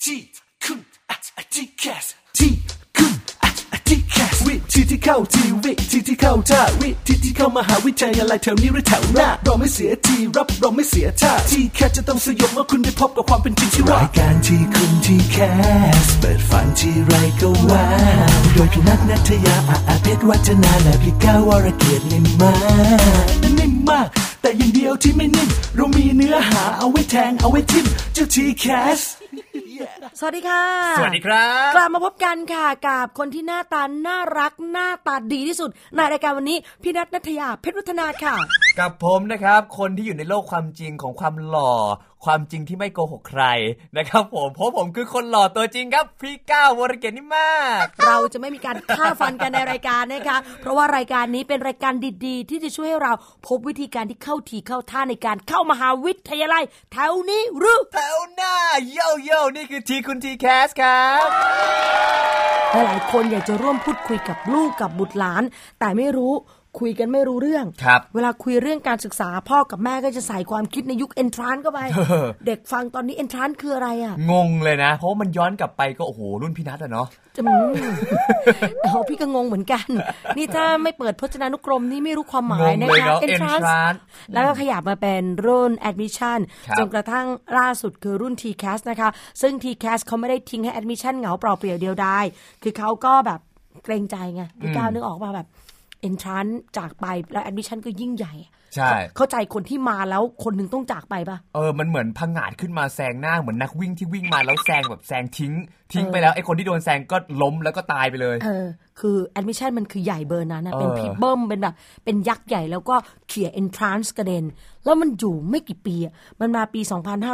ที่คุณที่แคสที่คุณที่แคสวิธีที่เข้าทีวิธีที่เข้าท่าวิธีที่เข้ามหาวิทยาลัยแถวนี้หรือแถวหน้าเราไม่เสียทีรับรองไม่เสียท่าที่แคสจะต้องสยบเมื่อคุณได้พบกับความเป็นจริงที่ว่ารายการที่คุณที่แคสเปิดฝันที่ไรก็ว้าวโดยพี่นัทณัฐยาเพชรวัฒนาและพี่ก้าววรเกียรตินิ่มมากแต่อย่างเดียวที่ไม่นิ่มเรามีเนื้อหาเอาไว้แทงเอาไว้ทิ่มเจ้าทีแคสสวัสดีค่ะสวัสดีครับกลับมาพบกันค่ะกับคนที่หน้าตาน่ารักหน้าตาดีที่สุดในรายการวันนี้พี่นัทณัฐยาเพชรวัฒนาค่ะกับผมนะครับคนที่อยู่ในโลกความจริงของความหล่อความจริงที่ไม่โกหกใครนะครับผมเพราะผมคือคนหล่อตัวจริงครับพี่ก้าววรเกียรตินิ่มมากเราจะไม่มีการฆ่าฟันกันในรายการนะคะเพราะว่ารายการนี้เป็นรายการดีๆที่จะช่วยให้เราพบวิธีการที่เข้าทีเข้าท่าในการเข้ามหาวิทยาลัยแถวนี้หรือแถวหน้าโยนี่คือทีคุณทีแคสครับหลายคนอยากจะร่วมพูดคุยกับลูกกับบุตรหลานแต่ไม่รู้คุยกันไม่รู้เรื่องเวลาคุยเรื่องการศึกษาพ่อกับแม่ก็จะใส่ความคิดในยุค Entrance เข้าไป เด็กฟังตอนนี้ Entrance คืออะไรอ่ะงงเลยนะเพราะมันย้อนกลับไปก็โอ้โหรุ่นพี่นัทอะเนาะพี่ก็งงเหมือนกันนี่ถ้าไม่เปิดพจนานุกรมนี่ไม่รู้ความหมายนะคะ Entrance แล้วก็ขยับมาเป็นรุ่น Admission จนกระทั่งล่าสุดคือรุ่น TCAS นะคะซึ่ง TCAS เขาไม่ได้ทิ้งให้ Admission เหงาเปล่าเปลี่ยวเดียวดายคือเขาก็แบบเกรงใจไงพี่ก้าวนึกออกมาแบบEntrance จากไปแล้ว Admission ก็ยิ่งใหญ่ใช่เข้าใจคนที่มาแล้วคนนึงต้องจากไปป่ะมันเหมือนผงาดขึ้นมาแซงหน้าเหมือนนักวิ่งที่วิ่งมาแล้วแซงแบบแซงทิ้งไปแล้วไอ้คนที่โดนแซงก็ล้มแล้วก็ตายไปเลยคือ Admission มันคือใหญ่เบอร์นั้นนะเป็นพี่เบิ้มเป็นแบบเป็นยักษ์ใหญ่แล้วก็เขี่ย Entrance กระเด็นแล้วมันอยู่ไม่กี่ปีมันมาปี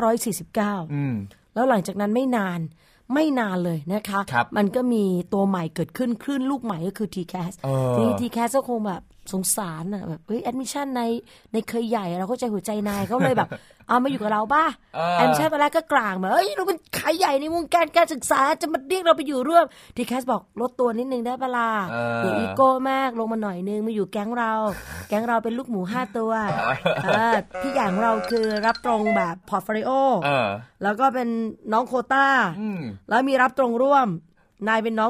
2549แล้วหลังจากนั้นไม่นานเลยนะคะมันก็มีตัวใหม่เกิดขึ้นคลื่นลูกใหม่ก็คือ TCAS ทีนี้ TCAS ก็คงแบบสงสารอ่ะแบบadmission ในเคยใหญ่เราเข้าใจหัวใจนายเขาเลยแบบเอามาอยู่กับเราป่ะadmission ตอนแรกก็กลางแบบเราเป็นใครใหญ่ในวงการศึกษาจะมาเรียกเราไปอยู่ร่วม TCAS บอกลดตัวนิดนึงได้ปะล่ะอย่าอีโก้มากลงมาหน่อยนึงมาอยู่แก๊งเราเป็นลูกหมู5ตัวพี่ใหญ่ของเราคือรับตรงแบบพอร์ตโฟลิโอแล้วก็เป็นน้องโควต้าแล้วมีรับตรงร่วมนายเป็นน้อง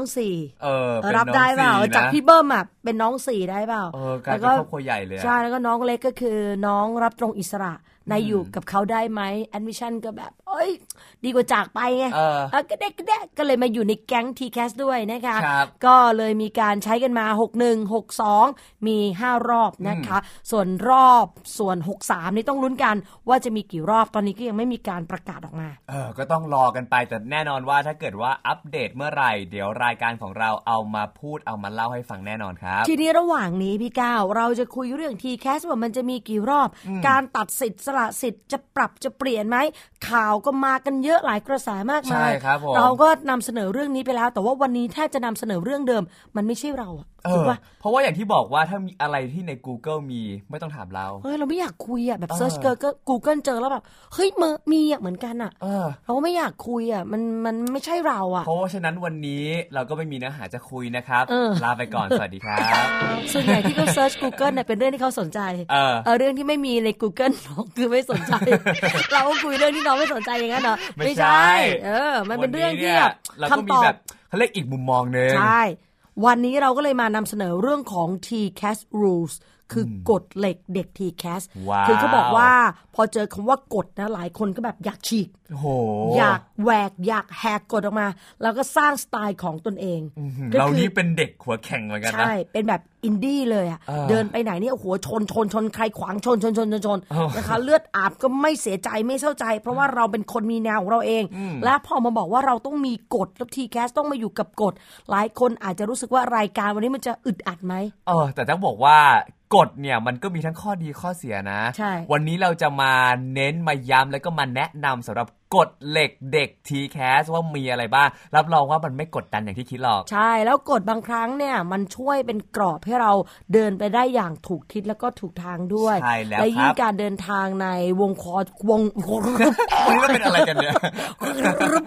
4รับได้เปล่าจากพี่เบิ้มอ่ะเป็นน้อง4ได้เปล่าแล้วก็ครอบครัวใหญ่เลยใช่แล้วก็น้องเล็กก็คือน้องรับตรงอิสระนายอยู่กับเขาได้ไหมแอดมิชั่นก็แบบดีกว่าจากไปไงก็ได้ก็เลยมาอยู่ในแก๊ง TCAS ด้วยนะคะก็เลยมีการใช้กันมา61 62มี5รอบนะคะส่วน63นี่ต้องลุ้นกันว่าจะมีกี่รอบตอนนี้ก็ยังไม่มีการประกาศออกมาก็ต้องรอกันไปแต่แน่นอนว่าถ้าเกิดว่าอัปเดตเมื่อไหร่เดี๋ยวรายการของเราเอามาพูดเอามาเล่าให้ฟังแน่นอนครับทีนี้ระหว่างนี้พี่ก้าวเราจะคุยเรื่อง TCAS ว่ามันจะมีกี่รอบการตัดสิทธิ์สละสิทธิ์จะปรับจะเปลี่ยนไหมข่าวก็มากันเยอะหลายกระแสมากมายเราก็นำเสนอเรื่องนี้ไปแล้วแต่ว่าวันนี้ถ้าจะนำเสนอเรื่องเดิมมันไม่ใช่เราถูกป่ะเพราะว่าอย่างที่บอกว่าถ้ามีอะไรที่ใน Google มีไม่ต้องถามเราเราไม่อยากคุยแบบเซิร์ชก็ Google เจอแล้วแบบเฮ้ยมีเหมือนกันเราก็ไม่อยากคุยมันไม่ใช่เราเพราะฉะนั้นวันนี้เราก็ไม่มีเนื้อหาจะคุยนะครับลาไปก่อนสวัสดีครับส่วนใหญ่ที่เขาเซิร์ช Google เนี่ยเป็นเรื่องที่เขาสนใจเรื่องที่ไม่มีใน Google คือไม่สนใจ เราก็คุยเรื่องที่น้องไม่สนใจอย่างนั้นเหรอไม่ใช่มันเป็นเรื่องที่คำตอบเขาเรียกอีกมุมมองนึงใช่วันนี้เราก็เลยมานำเสนอเรื่องของ TCAS Rules คือกฎเหล็กเด็ก TCAS คือเขาบอกว่าพอเจอคำว่ากฎนะหลายคนก็แบบอยากฉีกอยากแหวกอยากแหกกฎออกมาแล้วก็สร้างสไตล์ของตนเองเรานี่เป็นเด็กหัวแข็งเหมือนกันนะใช่เป็นแบบอินดี้เลยเดินไปไหนนี่โอ้โหชนใครขวางชนนะคะเลือดอาบก็ไม่เสียใจไม่เศร้าใจเพราะว่าเราเป็นคนมีแนวของเราเองและพอมาบอกว่าเราต้องมีกฎแล้ว TCAS ต้องมาอยู่กับกฎหลายคนอาจจะรู้สึกว่ารายการวันนี้มันจะอึดอัดไหมแต่ต้องบอกว่ากฎเนี่ยมันก็มีทั้งข้อดีข้อเสียนะวันนี้เราจะมาเน้นมาย้ำแล้วก็มาแนะนำสำหรับกฎเหล็กเด็ก TCAS ว่ามีอะไรบ้างรับรองว่ามันไม่กดดันอย่างที่คิดหรอกใช่แล้วกฎบางครั้งเนี่ยมันช่วยเป็นกรอบให้เราเดินไปได้อย่างถูกทิศแล้วก็ถูกทางด้วยใช่แล้วและยิ่งการเดินทางในวงวันนี้เราเป็นอะไรกันเนี่ย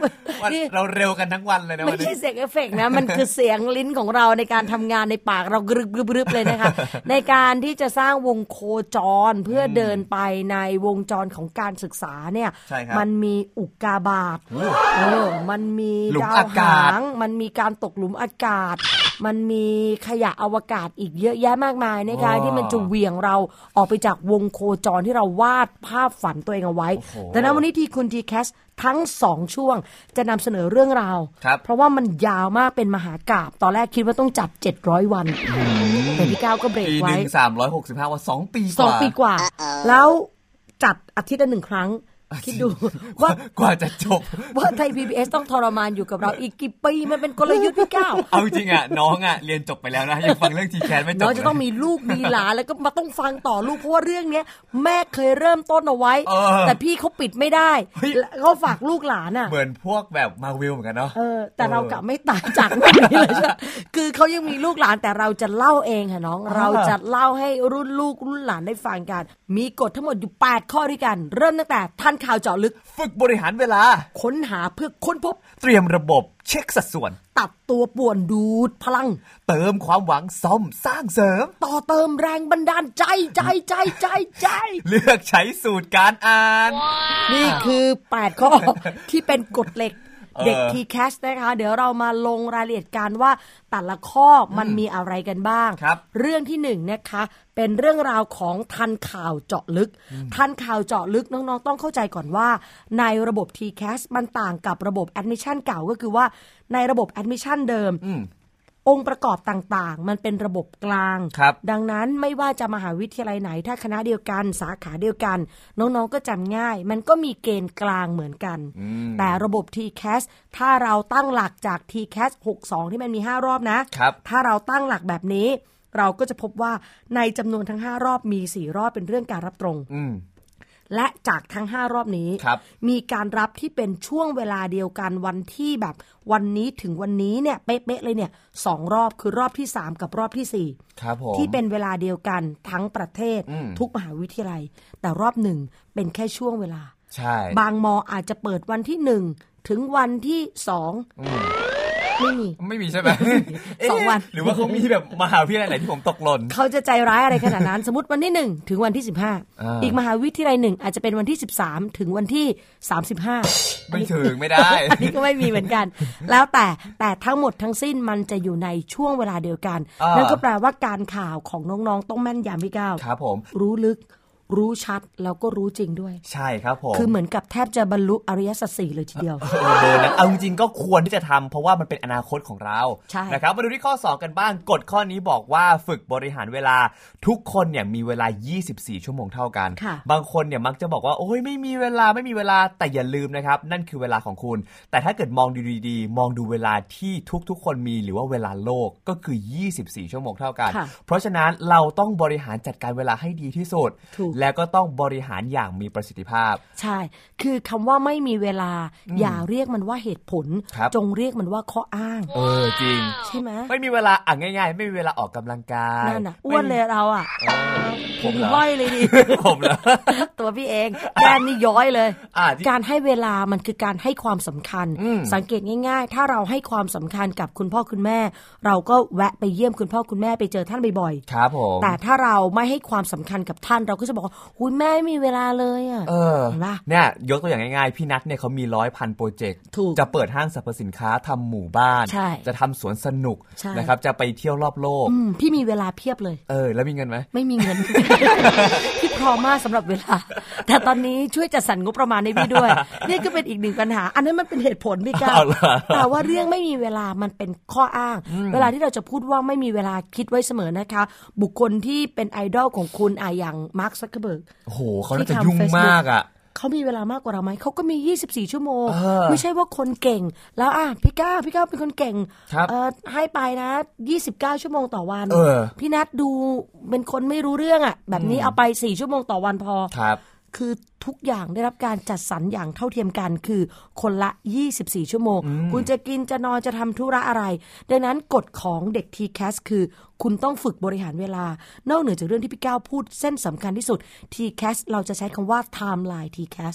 เราเร็วกันทั้งวันเลยนะไม่ใช่เสียงเอฟเฟกต์นะมันคือเสียงลิ้นของเราในการทำงานในปากเรากรึบๆเลยนะคะในการที่จะสร้างวงโคจรเพื่อเดินไปในวงจรของการศึกษาเนี่ยมันมีอุกกาบาตมันมีดาวหางมันมีการตกหลุมอากาศมันมีขยะอวกาศอีกเยอะแยะมากมายนะคะที่มันจะเหวี่ยงเราออกไปจากวงโคจรที่เราวาดภาพฝันตัวเองเอาไว้แต่ในวันนี้ที่คุณ TCAS ทั้ง2ช่วงจะนำเสนอเรื่องราวเพราะว่ามันยาวมากเป็นมหากาพย์ตอนแรกคิดว่าต้องจัด700วันแต่พี่ก้าวก็เบรกไว้ปีนึง365วัน2ปีกว่าแล้วจัดอาทิตย์ละ1ครั้งคิดดูว่ากว่าจะจบว่าไทย PBS ต้องทรมานอยู่กับเราอีกกี่ปีมันเป็นกลยุทธ์พี่ก้าวเอาจริงอ่ะน้องอ่ะเรียนจบไปแล้วนะยังฟังเรื่อง TCAS ไม่จบน้องจะต้องมีลูกมีหลานแล้วก็มาต้องฟังต่อลูกเพราะว่าเรื่องนี้แม่เคยเริ่มต้นเอาไว้แต่พี่เขาปิดไม่ได้เขาฝากลูกหลานอ่ะเหมือนพวกแบบมาวิลเหมือนกันเนาะแต่เรากลับไม่ต่างจากนี้เลยใช่คือเขายังมีลูกหลานแต่เราจะเล่าเองค่ะน้องเราจะเล่าให้รุ่นลูกรุ่นหลานได้ฟังกันมีกฎทั้งหมดอยู่8ข้อด้วยกันเริ่มตั้งแต่ทันข่าวเจาะลึกฝึกบริหารเวลาค้นหาเพื่อค้นพบเตรียมระบบเช็คสัดส่วนตัดตัวป่วนดูดพลังเติมความหวังซ่อมสร้างเสริมต่อเติมแรงบันดาลใจเลือกใช้สูตรการอ่านนี่คือ8ข้อที่เป็นกฎเหล็กเด็ก TCAS นะคะเดี๋ยวเรามาลงรายละเอียดกันว่าแต่ละข้อมันมีอะไรกันบ้างเรื่องที่1นะคะเป็นเรื่องราวของทันข่าวเจาะลึกทันข่าวเจาะลึกน้องๆต้องเข้าใจก่อนว่าในระบบ TCAS มันต่างกับระบบ Admission เก่าก็คือว่าในระบบ Admission เดิมองค์ประกอบต่างๆมันเป็นระบบกลางดังนั้นไม่ว่าจะมหาวิทยาลัยไหนถ้าคณะเดียวกันสาขาเดียวกันน้องๆก็จำง่ายมันก็มีเกณฑ์กลางเหมือนกันแต่ระบบ TCAS ถ้าเราตั้งหลักจาก TCAS 62ที่มันมี5รอบนะถ้าเราตั้งหลักแบบนี้เราก็จะพบว่าในจำนวนทั้ง5รอบมี4รอบเป็นเรื่องการรับตรงและจากทั้ง5รอบนี้มีการรับที่เป็นช่วงเวลาเดียวกันวันที่แบบวันนี้ถึงวันนี้เนี่ยเป๊ะๆเลยเนี่ย2รอบคือรอบที่3กับรอบที่4ที่เป็นเวลาเดียวกันทั้งประเทศทุกมหาวิทยาลัยแต่รอบ1เป็นแค่ช่วงเวลาบางม.อาจจะเปิดวันที่1ถึงวันที่2 ไม่มีใช่ไหม 2 วันหรือว่าเขามีแบบมหาวิทยาลัยไหนที่ผมตกหล่นเขาจะใจร้ายอะไรขนาดนั้นสมมติวันที่1ถึงวันที่15อีกมหาวิทยาลัย1อาจจะเป็นวันที่13ถึงวันที่35 ไม่ถึงไม่ได้อันนี้ก็ไม่มีเหมือนกันแล้วแต่ทั้งหมดทั้งสิ้นมันจะอยู่ในช่วงเวลาเดียวกันนั่นก็แปลว่าการข่าวของน้องๆต้องแม่นยำพี่ก้าวครับผมรู้ลึกรู้ชัดแล้วก็รู้จริงด้วยใช่ครับผมคือเหมือนกับแทบจะบรรลุอริยสัจ4เลยทีเดียวเอาจริงๆก็ควรที่จะทำเพราะว่ามันเป็นอนาคตของเรานะครับมาดูที่ข้อ2กันบ้างกฎข้อนี้บอกว่าฝึกบริหารเวลาทุกคนเนี่ยมีเวลา24ชั่วโมงเท่ากันบางคนเนี่ยมักจะบอกว่าโอ้ยไม่มีเวลาแต่อย่าลืมนะครับนั่นคือเวลาของคุณแต่ถ้าเกิดมองดูดีๆมองดูเวลาที่ทุกๆคนมีหรือว่าเวลาโลกก็คือ24ชั่วโมงเท่ากันเพราะฉะนั้นเราต้องบริหารจัดการเวลาให้ดีที่สุดแล้วก็ต้องบริหารอย่างมีประสิทธิภาพใช่คือคำว่าไม่มีเวลาอย่าเรียกมันว่าเหตุผลจงเรียกมันว่าข้ออ้างจริงใช่ไหมไม่มีเวลาง่ายๆไม่มีเวลาออกกำลังกายนั่นน่ะอ้วนเลยเราอ่ะผมย้อยเลยดิผมเหรอตัวพี่เองแก้มนี่ย้อยเลยการให้เวลามันคือการให้ความสำคัญสังเกตง่ายๆถ้าเราให้ความสำคัญกับคุณพ่อคุณแม่เราก็แวะไปเยี่ยมคุณพ่อคุณแม่ไปเจอท่านบ่อยๆครับผมแต่ถ้าเราไม่ให้ความสำคัญกับท่านเราก็จะบอกว่าอุ๊ยแม่ไม่มีเวลาเลยอ่ะเห็นป่ะเนี่ยยกตัวอย่างง่ายๆพี่นัทเนี่ยเขามี100,000โปรเจกต์จะเปิดห้างสรรพสินค้าทำหมู่บ้านจะทำสวนสนุกนะครับจะไปเที่ยวรอบโลกพี่มีเวลาเพียบเลยแล้วมีเงินไหมไม่มีเงิน พี่พร้อมมากสำหรับเวลาแต่ตอนนี้ช่วยจัดสรรงบประมาณให้พี่ด้วยนี่ก็เป็นอีกหนึ่งปัญหาอันนั้นมันเป็นเหตุผลพี่ก้าวแต่ว่าเรื่องไม่มีเวลามันเป็นข้ออ้างเวลาที่เราจะพูดว่าไม่มีเวลาคิดไว้เสมอนะคะบุคคลที่เป็นไอดอลของคุณอย่างมาร์ค ซักเคอร์เบิร์กโอ้โหเขาน่าจะยุ่งมากอ่ะเขามีเวลามากกว่าเราไหมเขาก็มี24ชั่วโมงไม่ใช่ว่าคนเก่งแล้วพี่ก้าวเป็นคนเก่งให้ไปนะ29ชั่วโมงต่อวันพี่นัทดูเป็นคนไม่รู้เรื่องแบบนี้เอาไป4ชั่วโมงต่อวันพอคือทุกอย่างได้รับการจัดสรรอย่างเท่าเทียมกันคือคนละ24ชั่วโมงคุณจะกินจะนอนจะทำธุระอะไรดังนั้นกฎของเด็ก TCAS คือคุณต้องฝึกบริหารเวลานอกเหนือจากเรื่องที่พี่ก้าวพูดเส้นสำคัญที่สุด TCAS เราจะใช้คำว่า timeline TCAS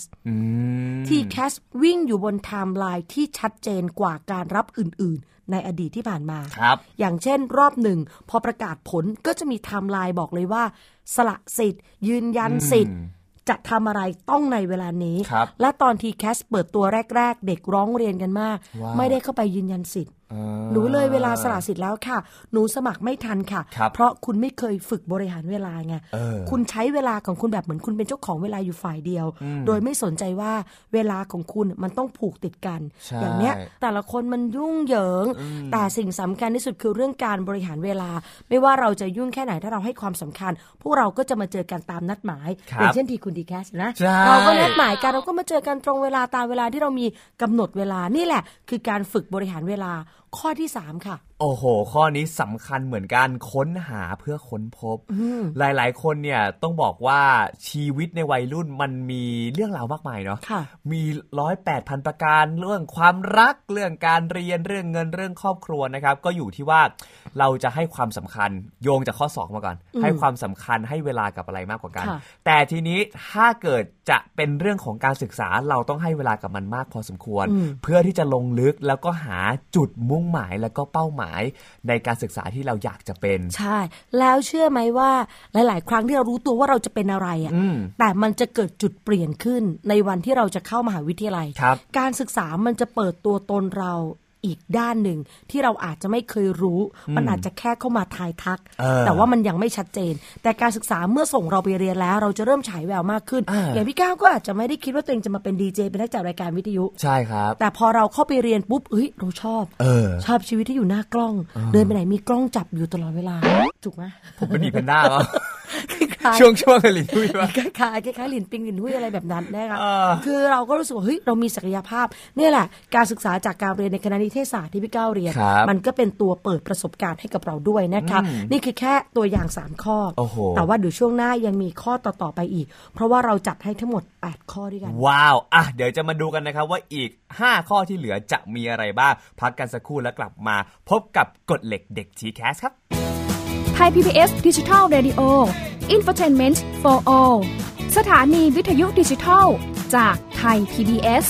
TCAS วิ่งอยู่บน timeline ที่ชัดเจนกว่าการรับอื่นๆในอดีตที่ผ่านมาอย่างเช่นรอบหนึ่งพอประกาศผลก็จะมีไทม์ไลน์บอกเลยว่าสละสิทธิ์ยืนยันสิทธิ์จะทำอะไรต้องในเวลานี้และตอน TCAS เปิดตัวแรกๆเด็กร้องเรียนกันมากไม่ได้เข้าไปยืนยันสิทธิ์หนูเลยเวลาสละสิทธิ์แล้วค่ะหนูสมัครไม่ทันค่ะเพราะคุณไม่เคยฝึกบริหารเวลาไงคุณใช้เวลาของคุณแบบเหมือนคุณเป็นเจ้าของเวลาอยู่ฝ่ายเดียวโดยไม่สนใจว่าเวลาของคุณมันต้องผูกติดกันอย่างเนี้ยแต่ละคนมันยุ่งเหยิงแต่สิ่งสำคัญที่สุดคือเรื่องการบริหารเวลาไม่ว่าเราจะยุ่งแค่ไหนถ้าเราให้ความสำคัญพวกเราก็จะมาเจอกันตามนัดหมายอย่างเช่นที่คุณ TCAS นะเราก็นัดหมายกันเราก็มาเจอกันตรงเวลาตามเวลาที่เรามีกำหนดเวลานี่แหละคือการฝึกบริหารเวลาข้อที่3ค่ะโอ้โหข้อนี้สำคัญเหมือนกันค้นหาเพื่อค้นพบหลายๆคนเนี่ยต้องบอกว่าชีวิตในวัยรุ่นมันมีเรื่องราวมากมายเนาะมี108,000ประการเรื่องความรักเรื่องการเรียนเรื่องเงินเรื่องครอบครัวนะครับก็อยู่ที่ว่าเราจะให้ความสำคัญโยงจากข้อ2มาก่อนให้ความสำคัญให้เวลากับอะไรมากกว่ากันแต่ทีนี้ถ้าเกิดจะเป็นเรื่องของการศึกษาเราต้องให้เวลากับมันมากพอสมควรเพื่อที่จะลงลึกแล้วก็หาจุดมุ่งหมายแล้วก็เป้าหมายในการศึกษาที่เราอยากจะเป็นใช่แล้วเชื่อไหมว่าหลายๆครั้งที่เรารู้ตัวว่าเราจะเป็นอะไรแต่มันจะเกิดจุดเปลี่ยนขึ้นในวันที่เราจะเข้ามหาวิทยาลัยการศึกษามันจะเปิดตัวตนเราอีกด้านหนึ่งที่เราอาจจะไม่เคยรู้มันอาจจะแค่เข้ามาทายทักแต่ว่ามันยังไม่ชัดเจนแต่การศึกษาเมื่อส่งเราไปเรียนแล้วเราจะเริ่มฉายแววมากขึ้นอย่างพี่ก้าวก็อาจจะไม่ได้คิดว่าตัวเองจะมาเป็นดีเจเป็นนักจัดรายการวิทยุใช่ครับแต่พอเราเข้าไปเรียนปุ๊บเราชอบชีวิตที่อยู่หน้ากล้องเดินไปไหนมีกล้องจับอยู่ตลอดเวลาถูกไหมผมเป็นหมีแพนด้าเหรอช่วงหลินหุ้ยคล้ายหลินปิงหลินหุ้ยอะไรแบบนั้นนะคะคือเราก็รู้สึกว่าเฮ้ยเรามีศักยภาพนี่แหละการศึกษาจากการเรียนในคณะนิเทศศาสตร์ที่พี่ก้าวเรียนมันก็เป็นตัวเปิดประสบการณ์ให้กับเราด้วยนะคะนี่คือแค่ตัวอย่าง3ข้อแต่ว่าเดี๋ยวช่วงหน้ายังมีข้อต่อๆไปอีกเพราะว่าเราจัดให้ทั้งหมด8ข้อด้วยกันว้าวอ่ะเดี๋ยวจะมาดูกันนะครับว่าอีก5ข้อที่เหลือจะมีอะไรบ้างพักกันสักครู่แล้วกลับมาพบกับกฎเหล็กเด็ก TCAS ครับไทย PBS Digital Radio Infotainment for All สถานีวิทยุดิจิทัลจากไทย PBS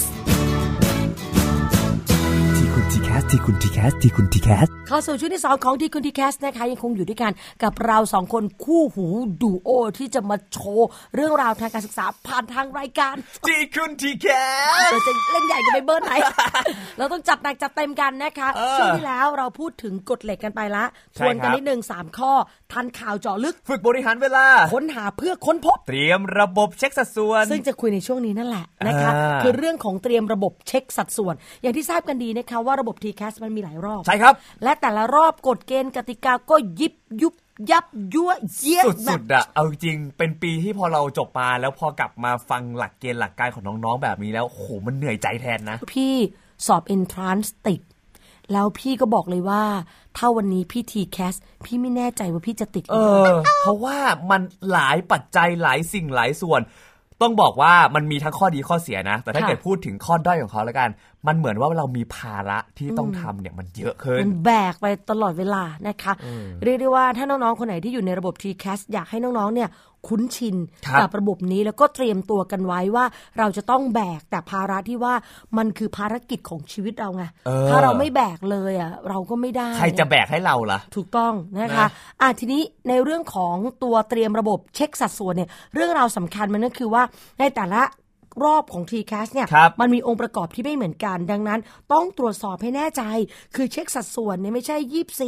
ที่คุณ TCAS เข้าสู่ช่วงที่2ของที่คุณ TCAS นะคะยังคงอยู่ด้วยกันกับเรา2คนคู่หูดูโอที่จะมาโชว์เรื่องราวทางการศึกษาผ่านทางรายการที่คุณ TCAS เราจะเล่นใหญ่กันไปเบอร์ไหน เราต้องจัดหนักจัดเต็มกันนะคะช่วงที่แล้วเราพูดถึงกฎเหล็กกันไปละทวนกันนิดนึง3ข้อทันข่าวเจาะลึกฝึกบริหารเวลาค้นหาเพื่อค้นพบเตรียมระบบเช็คสัดส่วนซึ่งจะคุยในช่วงนี้นั่นแหละนะคะคือเรื่องของเตรียมระบบเช็คสัดส่วนอย่างที่ทราบกันดีนะคะว่าระบบ TCAS มันมีหลายรอบใช่ครับและแต่ละรอบกฎเกณฑ์กติกาก็ยิบยุบยับยั่วเยี้ยสุดๆอะเอาจริงเป็นปีที่พอเราจบมาแล้วพอกลับมาฟังหลักเกณฑ์หลักการของน้องๆแบบนี้แล้วโหมันเหนื่อยใจแทนนะพี่สอบ Entrance ติดแล้วพี่ก็บอกเลยว่าถ้าวันนี้พี่ TCAS พี่ไม่แน่ใจว่าพี่จะติดเพราะว่ามันหลายปัจจัยหลายสิ่งหลายส่วนต้องบอกว่ามันมีทั้งข้อดีข้อเสียนะแต่ถ้าเกิดพูดถึงข้อด้อยของเขาแล้วกันมันเหมือนว่าเรามีภาระที่ต้องทำเนี่ยมันเยอะขึ้นมันแบกไปตลอดเวลานะคะเรียกได้ว่าถ้าน้องๆคนไหนที่อยู่ในระบบ TCAS อยากให้น้องๆเนี่ยคุ้นชินกับระบบนี้แล้วก็เตรียมตัวกันไว้ว่าเราจะต้องแบกแต่ภาระที่ว่ามันคือภารกิจของชีวิตเราไงถ้าเราไม่แบกเลยอ่ะเราก็ไม่ได้ใครจะแบกให้เราล่ะถูกต้องนะคะทีนี้ในเรื่องของตัวเตรียมระบบเช็คสัดส่วนเนี่ยเรื่องราวสำคัญมันก็คือว่าในแต่ละรอบของ TCAS เนี่ยมันมีองค์ประกอบที่ไม่เหมือนกันดังนั้นต้องตรวจสอบให้แน่ใจคือเช็คสัดส่วนเนี่ยไม่ใช่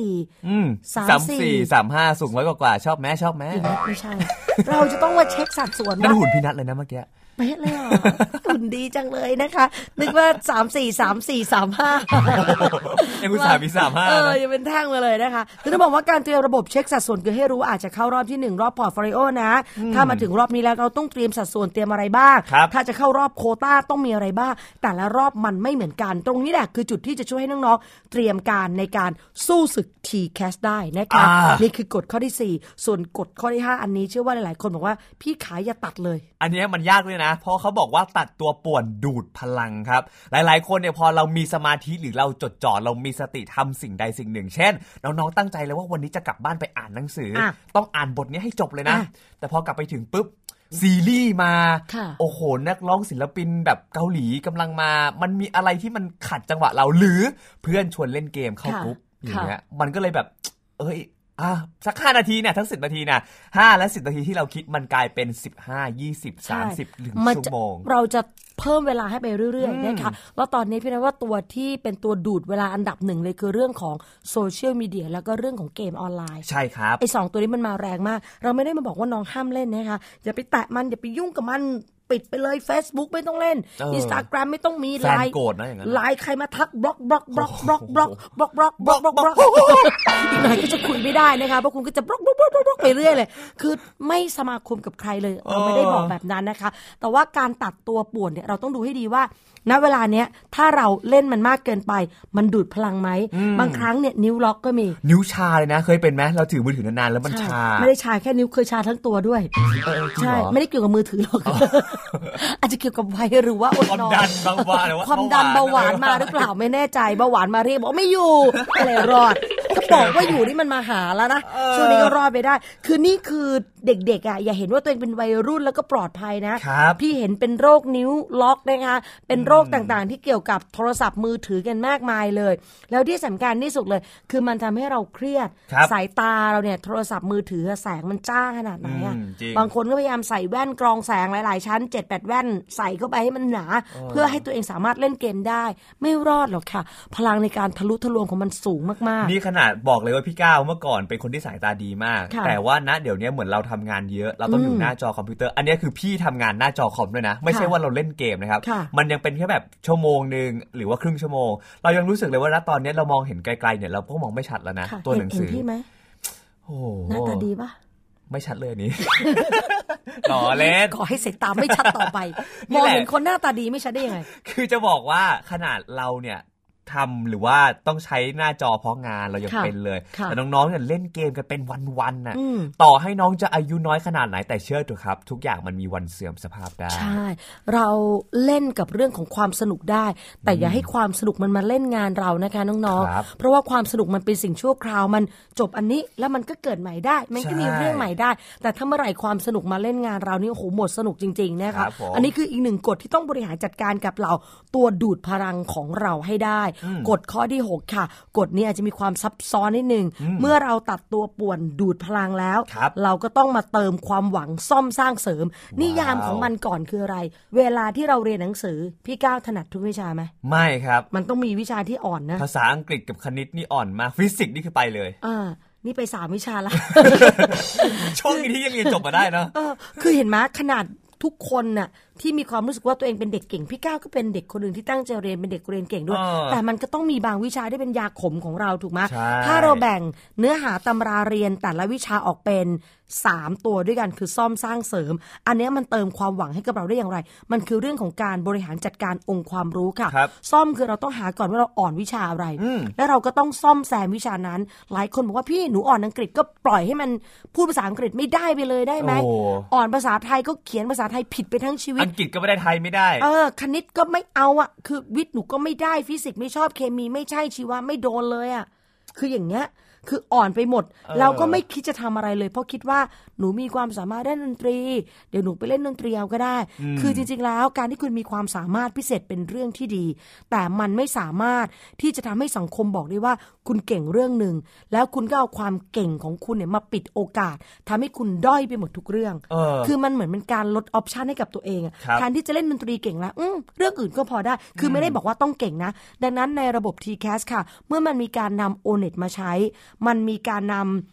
34 34 35สูง100กว่าชอบไหมไม่ใช่ เราจะต้องมาเช็คสัดส่วนนั่นหุ่นพี่นัทเลยนะเมื่อกี้เป๊ะเลยอ่ะคุณดีจังเลยนะคะนึกว่า343435 ยังอุตส่าห์มี35 ยังเป็นแท่งมาเลยนะคะคือต้องบอกว่าการเตรียมระบบเช็คสัดส่วนคือให้รู้อาจจะเข้ารอบที่1รอบพอร์ตโฟลิโอนะถ้ามาถึงรอบนี้แล้วเราต้องเตรียมสัดส่วนเตรียมอะไรบ้างถ้าจะเข้ารอบโควต้าต้องมีอะไรบ้างแต่ละรอบมันไม่เหมือนกันตรงนี้แหละคือจุดที่จะช่วยให้น้องๆเตรียมการในการสู้ศึก TCAS ได้นะคะนี่คือกฎข้อที่4ส่วนกฎข้อที่5อันนี้เชื่อว่าหลายๆคนบอกว่าพี่ขายอย่าตัดเลยอันนี้มันยากเลยนะเพราะเขาบอกว่าตัดตัวป่วนดูดพลังครับหลายๆคนเนี่ยพอเรามีสมาธิหรือเราจดจ่อเรามีสติทำสิ่งใดสิ่งหนึ่งเช่นน้องๆตั้งใจเลยว่าวันนี้จะกลับบ้านไปอ่านหนังสือต้องอ่านบทนี้ให้จบเลยนะแต่พอกลับไปถึงปุ๊บซีรีส์มาโอ้โหนักร้องศิลปินแบบเกาหลีกำลังมามันมีอะไรที่มันขัดจังหวะเราหรือเพื่อนชวนเล่นเกมเข้ากรุ๊ปอย่างเงี้ยมันก็เลยแบบสัก5นาทีเนี่ยทั้ง10นาทีนะ5และ10นาทีที่เราคิดมันกลายเป็น15 20 30หรือชั่วโมงเราจะเพิ่มเวลาให้ไปเรื่อยๆนะคะแล้วตอนนี้พี่นะว่าตัวที่เป็นตัวดูดเวลาอันดับ1เลยคือเรื่องของโซเชียลมีเดียแล้วก็เรื่องของเกมออนไลน์ใช่ครับไอ้2ตัวนี้มันมาแรงมากเราไม่ได้มาบอกว่าน้องห้ามเล่นนะคะอย่าไปแตะมันอย่าไปยุ่งกับมันปิดไปเลย Facebook ไม่ต้องเล่น Instagram ไม่ต้องมีไลน์โกรธนะอย่างนั้นไลน์ใครมาทักบล็อกอีกหน่อยก็จะคุยไม่ได้นะคะเพราะคุณก็จะบล็อกไปเรื่อยเลยคือไม่สมาคมกับใครเลยเราไม่ได้บอกแบบนั้นนะคะแต่ว่าการตัดตัวป่วนเนี่ยเราต้องดูให้ดีว่าณเวลาเนี้ยถ้าเราเล่นมันมากเกินไปมันดูดพลังไหมบางครั้งเนี่ยนิ้วล็อกก็มีนิ้วชาเลยนะเคยเป็นไหมเราถือมือถือนานๆแล้วมันชาไม่ได้ชาแค่นิ้วเคยชาทั้งตัวด้วยใช่ไม่ได้เกี่ยวกับมือถือหรอกอาจจะเกี่ยวกับวัยหรือว่าอดนอนความดันเบาหวานมาหรือเปล่าไม่แน่ใจเบาหวานมาเรียกบอกไม่อยู่อะไรรอดถ้าบอกว่าอยู่นี่มันมาหาแล้วนะช่วงนี้ก็รอดไปได้คือนี่คือเด็กๆอ่ะอย่าเห็นว่าตัวเองเป็นวัยรุ่นแล้วก็ปลอดภัยนะพี่เห็นเป็นโรคนิ้วล็อกนะคะเป็นโรคต่างๆที่เกี่ยวกับโทรศัพท์มือถือกันมากมายเลยแล้วที่สำคัญที่สุดเลยคือมันทำให้เราเครียดสายตาเราเนี่ยโทรศัพท์มือถือแสงมันจ้าขนาดไหนอ่ะบางคนก็พยายามใส่แว่นกรองแสงหลายๆชั้น 7-8 แว่นใส่เข้าไปให้มันหนาเพื่อให้ตัวเองสามารถเล่นเกมได้ไม่รอดหรอกค่ะพลังในการทะลุทะลวงของมันสูงมากๆนี่ขนาดบอกเลยว่าพี่ก้าวเมื่อก่อนเป็นคนที่สายตาดีมากแต่ว่าณเดี๋ยวนี้เหมือนเราทำงานเยอะเราต้องอยู่หน้าจอคอมพิวเตอร์อันนี้คือพี่ทำงานหน้าจอคอมด้วยนะไม่ใช่ว่าเราเล่นเกมนะครับมันยังเป็นแค่แบบชั่วโมงนึงหรือว่าครึ่งชั่วโมงเรายังรู้สึกเลยว่าณตอนนี้เรามองเห็นไกลๆเนี่ยเราก็มองไม่ชัดแล้วนะตัวหนังสือเห็นพี่ไหมโอ้หน้าตาดีปะไม่ชัดเลยนี้ ต่อเล่นขอให้สายตาไม่ชัดต่อไปมองเห็นคนหน้าตาดีไม่ชัดได้ยังไงคือจะบอกว่าขนาดเราเนี่ยทำหรือว่าต้องใช้หน้าจอเพราะงานเรายังเป็นเลยแต่น้องๆเนี่ยเล่นเกมกันเป็นวันๆน่ะต่อให้น้องจะอายุน้อยขนาดไหนแต่เชื่อเถอะครับทุกอย่างมันมีวันเสื่อมสภาพได้ใช่เราเล่นกับเรื่องของความสนุกได้แต่อย่าให้ความสนุกมันมาเล่นงานเรานะคะน้องๆเพราะว่าความสนุกมันเป็นสิ่งชั่วคราวมันจบอันนี้แล้วมันก็เกิดใหม่ได้มันก็มีเรื่องใหม่ได้แต่ถ้าเมื่อไหร่ความสนุกมาเล่นงานเรานี่โอ้โหหมดสนุกจริงๆนะคะอันนี้คืออีกหนึ่งกฎที่ต้องบริหารจัดการกับเราตัวดูดพลังของเราให้ได้กฎข้อที่6ค่ะกฎนี้อาจจะมีความซับซ้อนนิดนึงเมื่อเราตัดตัวป่วนดูดพลังแล้วเราก็ต้องมาเติมความหวังซ่อมสร้างเสริมนิยามของมันก่อนคืออะไรเวลาที่เราเรียนหนังสือพี่ก้าวถนัดทุกวิชาไหมไม่ครับมันต้องมีวิชาที่อ่อนนะภาษาอังกฤษกับคณิตนี่อ่อนมากฟิสิกส์นี่คือไปเลยนี่ไป3วิชาละช่วงที่ยังเรียนจบมาได้เนาะคือเห็นไหมขนาดทุกคนน่ะที่มีความรู้สึกว่าตัวเองเป็นเด็กเก่งพี่ก้าวก็เป็นเด็กคนหนึ่งที่ตั้งใจเรียนเป็นเด็กเรียนเก่งด้วยแต่มันก็ต้องมีบางวิชาที่เป็นยาขมของเราถูกไหมถ้าเราแบ่งเนื้อหาตำราเรียนแต่ละวิชาออกเป็น3ตัวด้วยกันคือซ่อมสร้างเสริมอันนี้มันเติมความหวังให้กับเราได้อย่างไรมันคือเรื่องของการบริหารจัดการองค์ความรู้ค่ะซ่อมคือเราต้องหาก่อนว่าเราอ่อนวิชาอะไรแล้วเราก็ต้องซ่อมแซมวิชานั้นหลายคนบอกว่าพี่หนูอ่อนอังกฤษก็ปล่อยให้มันพูดภาษาอังกฤษไม่ได้ไปเลยได้ไหมอ่อนภาษาไทยก็เขียนภาษาไทยผิดไปทั้งชีวิตอังกฤษก็ไม่ได้ไทยไม่ได้คณิตก็ไม่เอาอ่ะคือวิทย์หนูก็ไม่ได้ฟิสิกส์ไม่ชอบเคมีไม่ใช่ชีวะไม่โดนเลยอ่ะคืออย่างเงี้ยคืออ่อนไปหมดเราก็ไม่คิดจะทำอะไรเลยเพราะคิดว่าหนูมีความสามารถด้านดนตรีเดี๋ยวหนูไปเล่นดนตรีเอาก็ได้คือจริงๆแล้วการที่คุณมีความสามารถพิเศษเป็นเรื่องที่ดีแต่มันไม่สามารถที่จะทำให้สังคมบอกได้ว่าคุณเก่งเรื่องนึงแล้วคุณก็เอาความเก่งของคุณเนี่ยมาปิดโอกาสทำให้คุณด้อยไปหมดทุกเรื่องคือมันเหมือนเป็นการลดออปชันให้กับตัวเองแทนที่จะเล่นดนตรีเก่งแล้วเรื่องอื่นก็พอได้คือไม่ได้บอกว่าต้องเก่งนะดังนั้นในระบบ TCAS ค่ะเมื่อมันมีการนำ O-NET มาใช้มันมีการน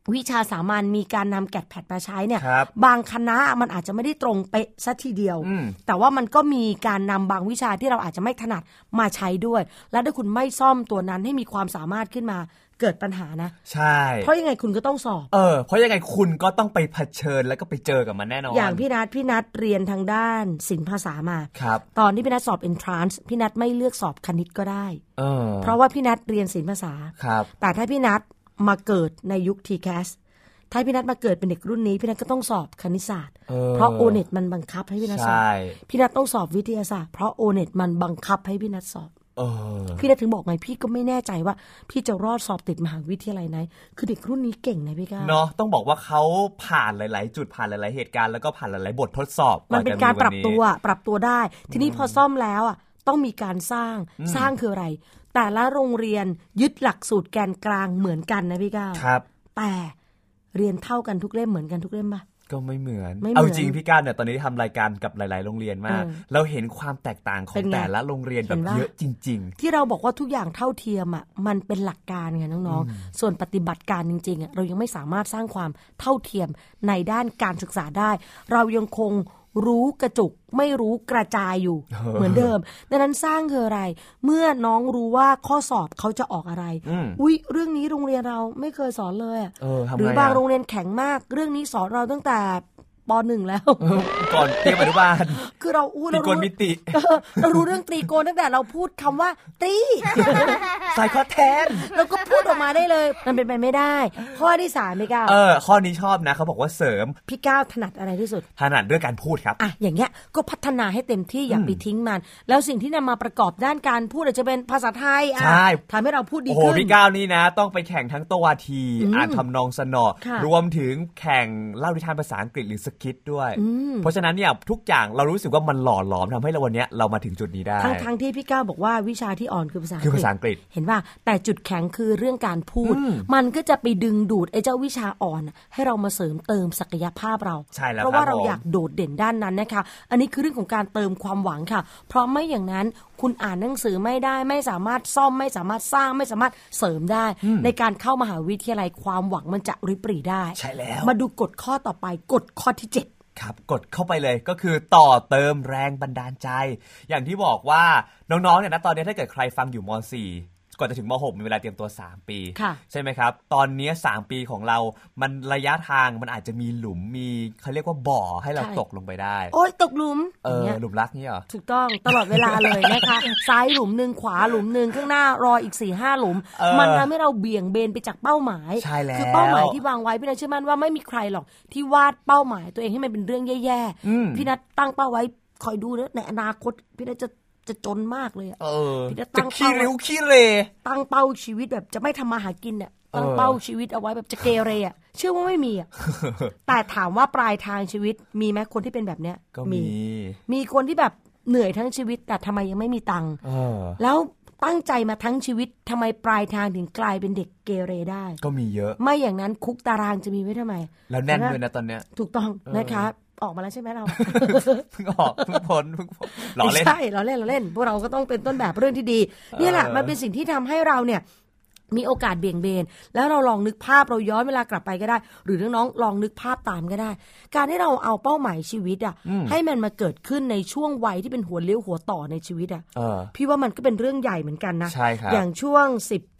วิชาสามัญมีการนำแกดแพดมาใช้เนี่ยบางคณะมันอาจจะไม่ได้ตรงเป๊ะซะทีเดียวแต่ว่ามันก็มีการนำบางวิชาที่เราอาจจะไม่ถนัดมาใช้ด้วยและถ้าคุณไม่ซ่อมตัวนั้นให้มีความสามารถขึ้นมาเกิดปัญหานะใช่เพราะยังไงคุณก็ต้องสอบเพราะยังไงคุณก็ต้องไปเผชิญแล้วก็ไปเจอกับมันแน่นอนอย่างพี่นัทเรียนทางด้านศิลปภาษามาตอนที่พี่นัทสอบ entrance พี่นัทไม่เลือกสอบคณิตก็ได้เพราะว่าพี่นัทเรียนศิลปภาษาแต่ถ้าพี่นัทมาเกิดในยุค TCAS ถ้าพี่นัทมาเกิดเป็นเด็กรุ่นนี้พี่นัทก็ต้องสอบคณิตศาสตร์เพราะ O-NET มันบังคับให้พี่นัทสอบพี่นัทต้องสอบวิทยาศาสตร์เพราะ O-NET มันบังคับให้พี่นัทสอบพี่นัทถึงบอกไงพี่ก็ไม่แน่ใจว่าพี่จะรอดสอบติดมหาวิทยาลัยไหนคือเด็กรุ่นนี้เก่งนะพี่ก้าวเนาะต้องบอกว่าเขาผ่านหลายๆจุดผ่านหลายๆเหตุการณ์แล้วก็ผ่านหลายๆบททดสอบมันเป็นการปรับตัวได้ทีนี้พอซ่อมแล้วอ่ะต้องมีการสร้างคืออะไรแต่ละโรงเรียนยึดหลักสูตรแกนกลางเหมือนกันนะพี่ก้าวครับแต่เรียนเท่ากันทุกเล่มเหมือนกันทุกเล่มป่ะก็ไม่เหมือนเอาจริงพี่ก้าวเนี่ยตอนนี้ทำรายการกับหลายๆโรงเรียนมากเราเห็นความแตกต่างของแต่ละโรงเรียนแบบเยอะจริงๆที่เราบอกว่าทุกอย่างเท่าเทียมอ่ะมันเป็นหลักการไงน้องๆส่วนปฏิบัติการจริงๆอ่ะเรายังไม่สามารถสร้างความเท่าเทียมในด้านการศึกษาได้เรายังคงรู้กระจุกไม่รู้กระจายอยู่ เหมือนเดิมดังนั้นสร้างคืออะไรเมื่อน้องรู้ว่าข้อสอบเขาจะออกอะไรอุ๊ยเรื่องนี้โรงเรียนเราไม่เคยสอนเลยหรือบางโรงเรียนแข็งมากเรื่องนี้สอนเราตั้งแต่ป.1 แล้วก่อนเตรียมอนุบาลคือเราตรีโกณมิติเรารู้เรื่องตรีโกณตั้งแต่เราพูดคำว่าตรีใส่ข้อแทนเราก็พูดออกมาได้เลยมันเป็นไปไม่ได้ข้อที่3พี่ก้าวข้อนี้ชอบนะเขาบอกว่าเสริมพี่ก้าวถนัดอะไรที่สุดถนัดเรื่องการพูดครับอย่างเงี้ยก็พัฒนาให้เต็มที่อย่าไปทิ้งมันแล้วสิ่งที่นำมาประกอบด้านการพูดอาจจะเป็นภาษาไทยใช่ทำให้เราพูดดีขึ้นโอ้โหพี่ก้าวนี่นะต้องไปแข่งทั้งโตวาทีอ่านทำนองสนอรวมถึงแข่งเล่านิทานภาษาอังกฤษหรือสคิทด้วยเพราะฉะนั้นเนี่ยทุกอย่างเรารู้สึกว่ามันหล่อหลอมทำให้เราวันนี้เรามาถึงจุดนี้ได้ทั้งที่พี่ก้าวบอกว่าวิชาที่อ่อนคือภาษาอังกฤษเห็นป่ะแต่จุดแข็งคือเรื่องการพูดมันก็จะไปดึงดูดไอ้เจ้าวิชาอ่อนให้เรามาเสริมเติมศักยภาพเราเพราะว่าเราอยากโดดเด่นด้านนั้นนะคะอันนี้คือเรื่องของการเติมความหวังค่ะเพราะไม่อย่างนั้นคุณอ่านหนังสือไม่ได้ไม่สามารถซ่อมไม่สามารถสร้างไม่สามารถเสริมได้ในการเข้ามหาวิทยาลัยความหวังมันจะริบหรี่ได้ใช่แล้วมาดูกฎข้อต่อไปกฎข้อที่7 ครับกดเข้าไปเลยก็คือต่อเติมแรงบันดาลใจอย่างที่บอกว่าน้องๆเนี่ยนะตอนนี้ถ้าเกิดใครฟังอยู่ม.4 ก่อนจะถึงม.6 มีเวลาเตรียมตัว3ปีใช่ไหมครับตอนนี้3ปีของเรามันระยะทางมันอาจจะมีหลุมมีเขาเรียกว่าบ่อให้เราตกลงไปได้โอ๊ยตกหลุมหลุมรักนี่เหรอถูกต้องตลอดเวลาเลยนะคะซ้ายหลุมนึงขวาหลุมนึงข้างหน้ารออีก 4-5 หลุมมันทำให้เราเบี่ยงเบนไปจากเป้าหมายคือเป้าหมายที่วางไว้พี่นัทเชื่อมั่นว่าไม่มีใครหรอกที่วาดเป้าหมายตัวเองให้มันเป็นเรื่องแย่ๆพี่นัทตั้งเป้าไว้คอยดูนะในอนาคตพี่นัทจะจนมากเลยพี่จะตั้งขี้ริ้วขี้เรตั้งเป้าชีวิตแบบจะไม่ทำมาหากินเนี่ยตั้งเป้าชีวิตเอาไว้แบบจะเกเรเชื่อว่าไม่มีแต่ถามว่าปลายทางชีวิตมีไหมคนที่เป็นแบบเนี้ยก็มีคนที่แบบเหนื่อยทั้งชีวิตแต่ทำไมยังไม่มีตังค์แล้วตั้งใจมาทั้งชีวิตทำไมปลายทางถึงกลายเป็นเด็กเกเรได้ก็มีเยอะไม่อย่างนั้นคุกตารางจะมีไว้ทำไมแล้วแน่นด้วยนะตอนเนี้ยถูกต้องนะคะออกมาแล้วใช่ไหมเราเพิ่งออกเพิ่งพ้นหล่อเล่นใช่เราเล่นพวกเราก็ต้องเป็นต้นแบบเรื่องที่ดีนี่แหละมันเป็นสิ่งที่ทำให้เราเนี่ยมีโอกาสเบี่ยงเบนแล้วเราลองนึกภาพเราย้อนเวลากลับไปก็ได้หรือน้องๆลองนึกภาพตามก็ได้การที่เราเอาเป้าหมายชีวิตให้มันมาเกิดขึ้นในช่วงวัยที่เป็นหัวเลี้ยวหัวต่อในชีวิตพี่ว่ามันก็เป็นเรื่องใหญ่เหมือนกันนะอย่างช่วง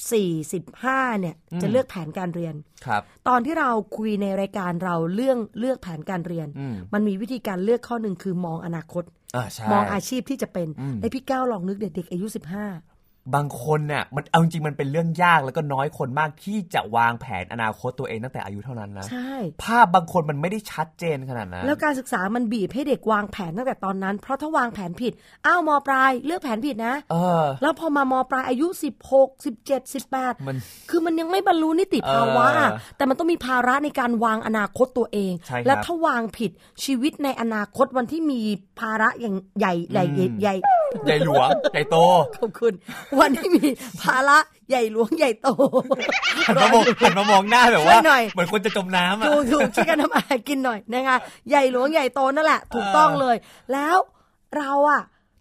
14-15เนี่ยจะเลือกแผนการเรียนตอนที่เราคุยในรายการเราเลือกแผนการเรียนมันมีวิธีการเลือกข้อหนึ่งคือมองอนาคตมองอาชีพที่จะเป็นไอ้พี่ก้าวลองนึกเด็กๆอายุ15 บางคนเนี่ยมันเอาจริงมันเป็นเรื่องยากแล้วก็น้อยคนมากที่จะวางแผนอนาคตตัวเองตั้งแต่อายุเท่านั้นนะใช่ภาพบางคนมันไม่ได้ชัดเจนขนาดนั้นแล้วการศึกษามันบีบให้เด็กวางแผนตั้งแต่ตอนนั้นเพราะถ้าวางแผนผิดม.ปลายเลือกแผนผิดนะแล้วพอมาม.ปลายอายุ16 17 18คือมันยังไม่บรรลุนิติภาวะแต่มันต้องมีภาระในการวางอนาคตตัวเองและถ้าวางผิดชีวิตในอนาคตวันที่มีภาระอย่างใหญ่ใหญ่หลวงใหญ่โตขอบคุณวันที่มีภาระใหญ่หลวงใหญ่โตหันมามองหน้าแบบว่าเหมือนคนจะจมน้ำอ่ะถูกช่วยกันทำอาหารกินหน่อยนะคะใหญ่หลวงใหญ่โตนั่นแหละถูกต้องเลยแล้วเรา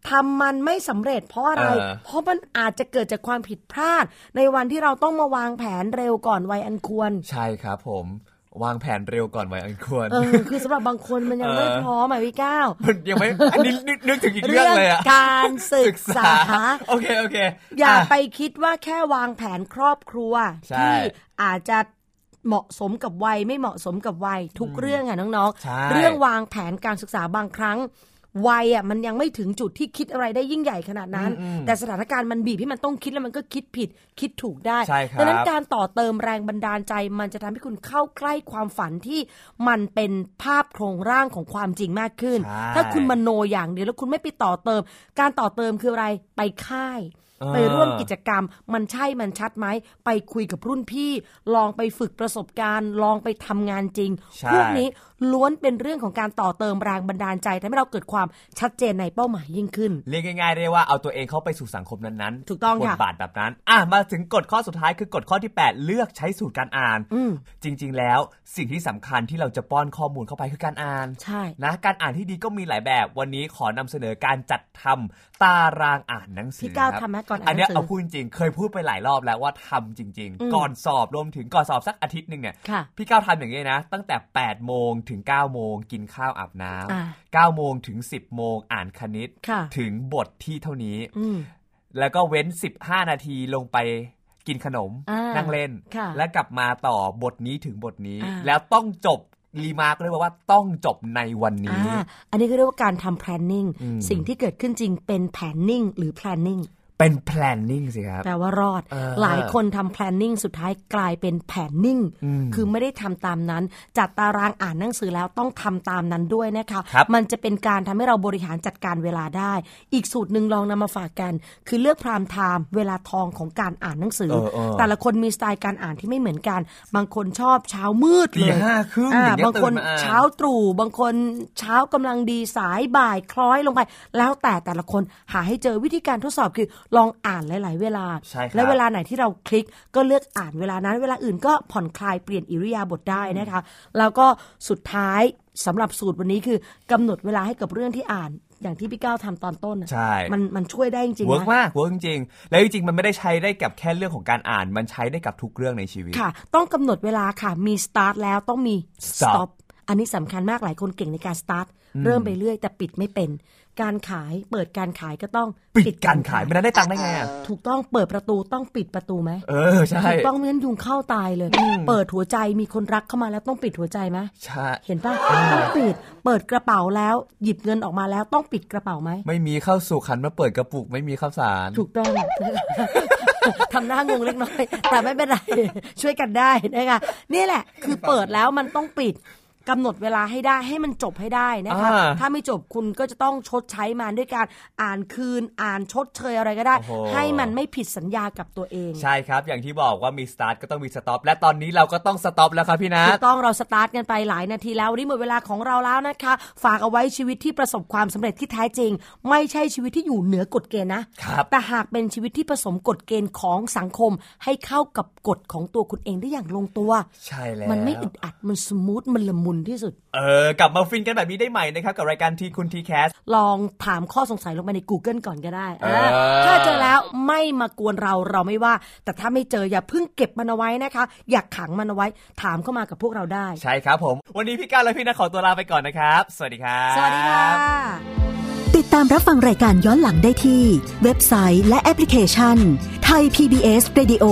ทำมันไม่สำเร็จเพราะอะไรเพราะมันอาจจะเกิดจากความผิดพลาดในวันที่เราต้องมาวางแผนเร็วก่อนวัยอันควรใช่ครับผมวางแผนเร็วก่อนวัยอันควรคือสำหรับบางคนมันยังไม่พร้อมพี่ก้าวมันยังไม่อันนี้นึกถึงอีกเรื่องเลยอะการศึกษาโอเคอย่าไปคิดว่าแค่วางแผนครอบครัวที่อาจจะเหมาะสมกับวัยไม่เหมาะสมกับวัยทุกเรื่องค่ะน้องๆเรื่องวางแผนการศึกษาบางครั้งวัยมันยังไม่ถึงจุดที่คิดอะไรได้ยิ่งใหญ่ขนาดนั้นแต่สถานการณ์มันบีบให้มันต้องคิดแล้วมันก็คิดผิดคิดถูกได้ดังนั้นการต่อเติมแรงบันดาลใจมันจะทำให้คุณเข้าใกล้ความฝันที่มันเป็นภาพโครงร่างของความจริงมากขึ้นถ้าคุณมโนอย่างเดียวแล้วคุณไม่ไปต่อเติมการต่อเติมคืออะไรไปค่ายไปร่วมกิจกรรมมันใช่มันชัดไหมไปคุยกับรุ่นพี่ลองไปฝึกประสบการณ์ลองไปทำงานจริงพวกนี้ล้วนเป็นเรื่องของการต่อเติมแรงบันดาลใจทำให้เราเกิดความชัดเจนในเป้าหมายยิ่งขึ้นเรียกง่ายๆได้ว่าเอาตัวเองเข้าไปสู่สังคมนั้นๆถูกต้องค่ะบทบาทแบบนั้นมาถึงกฎข้อสุดท้ายคือกฎข้อที่8เลือกใช้สูตรการอ่านจริงๆแล้วสิ่งที่สำคัญที่เราจะป้อนข้อมูลเข้าไปคือการอ่านใช่นะการอ่านที่ดีก็มีหลายแบบวันนี้ขอนำเสนอการจัดทำตารางอ่านหนังสือพี่ก้าวทำไหมก่อนอ่านหนังสืออันนี้เอาพูดจริงเคยพูดไปหลายรอบแล้วว่าทำจริงๆก่อนสอบรวมถึงก่อนสอบสักอาทิตย์นึงเนี่ยพี่ก้าวทำอย่างนี้นะตั้งแต่8 โมงถึง 9 โมงกินข้าวอาบน้ำ9 โมงถึง 10 โมงอ่านคณิตถึงบทที่เท่านี้แล้วก็เว้น15 นาทีลงไปกินขนมนั่งเล่นแล้วกลับมาต่อบทนี้ถึงบทนี้แล้วต้องจบรีมาร์กเลยว่าต้องจบในวันนี้อันนี้ก็เรียกว่าการทำ planning สิ่งที่เกิดขึ้นจริงเป็น planning หรือ planning เป็น planning สิครับแปลว่ารอดหลายคนทำ planning สุดท้ายกลายเป็น planning คือไม่ได้ทำตามนั้นจัดตารางอ่านหนังสือแล้วต้องทำตามนั้นด้วยนะคะมันจะเป็นการทำให้เราบริหารจัดการเวลาได้อีกสูตรหนึ่งลองนำมาฝากกันคือเลือกพรามไทม์เวลาทองของการอ่านหนังสือแต่ละคนมีสไตล์การอ่านที่ไม่เหมือนกันบางคนชอบเช้ามืดเลยบางคนเช้าตรู่บางคนเช้ากำลังดีสายบ่ายคล้อยลงไปแล้วแต่ละคนหาให้เจอวิธีการทดสอบคือลองอ่านหลายๆเวลาและเวลาไหนที่เราคลิกก็เลือกอ่านเวลานั้นเวลาอื่นก็ผ่อนคลายเปลี่ยนอิริยาบถได้นะคะแล้วก็สุดท้ายสำหรับสูตรวันนี้คือกำหนดเวลาให้กับเรื่องที่อ่านอย่างที่พี่ก้าวทำตอนต้นมันช่วยได้จริงๆเวิร์กมากเวิร์กจริงๆแล้วจริงๆมันไม่ได้ใช้ได้กับแค่เรื่องของการอ่านมันใช้ได้กับทุกเรื่องในชีวิตค่ะต้องกำหนดเวลาค่ะมี start แล้วต้องมี stop อันนี้สำคัญมากหลายคนเก่งในการ start เริ่มไปเรื่อยแต่ปิดไม่เป็นการขายเปิดการขายก็ต้องปิดการขายไม่ได้ตังค์ได้ไงอ่ะถูกต้องเปิดประตูต้องปิดประตูไหมใช่ถูกต้องไม่งั้นยุงเข้าตายเลยเปิดหัวใจมีคนรักเข้ามาแล้วต้องปิดหัวใจไหมใช่เห็นป่ะต้องปิดเปิดกระเป๋าแล้วหยิบเงินออกมาแล้วต้องปิดกระเป๋าไหมไม่มีข้าวสุกหันมาเปิดกระปุกไม่มีข้าวสารถูกต้องทำหน้างงเล็กน้อยแต่ไม่เป็นไรช่วยกันได้นะคะนี่แหละคือเปิดแล้วมันต้องปิดกำหนดเวลาให้ได้ให้มันจบให้ได้นะคะถ้าไม่จบคุณก็จะต้องชดใช้มันด้วยการอ่านคืนอ่านชดเชยอะไรก็ได้ให้มันไม่ผิดสัญญากับตัวเองใช่ครับอย่างที่บอกว่ามีสตาร์ทก็ต้องมีสต็อปและตอนนี้เราก็ต้องสต็อปแล้วครับพี่นัทถูกต้องเราสตาร์ทกันไปหลายนาทีแล้ววันนี้หมดเวลาของเราแล้วนะคะฝากเอาไว้ชีวิตที่ประสบความสำเร็จที่แท้จริงไม่ใช่ชีวิตที่อยู่เหนือกฎเกณฑ์นะแต่หากเป็นชีวิตที่ผสมกฎเกณฑ์ของสังคมให้เข้ากับกฎของตัวคุณเองได้อย่างลงตัวใช่แล้วมันไม่อึดอัดมันสมูทมันละมุนที่สุดกลับมาฟินกันแบบนี้ได้ใหม่นะครับกับรายการทีคุณทีแคสลองถามข้อสงสัยลงไปใน Google ก่อนก็ได้ถ้าเจอแล้วไม่มากวนเราไม่ว่าแต่ถ้าไม่เจออย่าเพิ่งเก็บมันเอาไว้นะคะอยากขังมันเอาไว้ถามเข้ามากับพวกเราได้ใช่ครับผมวันนี้พี่ก้าวและพี่นัทขอตัวลาไปก่อนนะครับสวัสดีครับสวัสดีค่ะติดตามรับฟังรายการย้อนหลังได้ที่เว็บไซต์และแอปพลิเคชัน Thai PBS Radio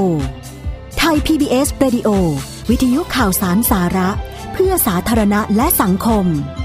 Thai PBS Radio วิทยุข่าวสารสาระเพื่อสาธารณะและสังคม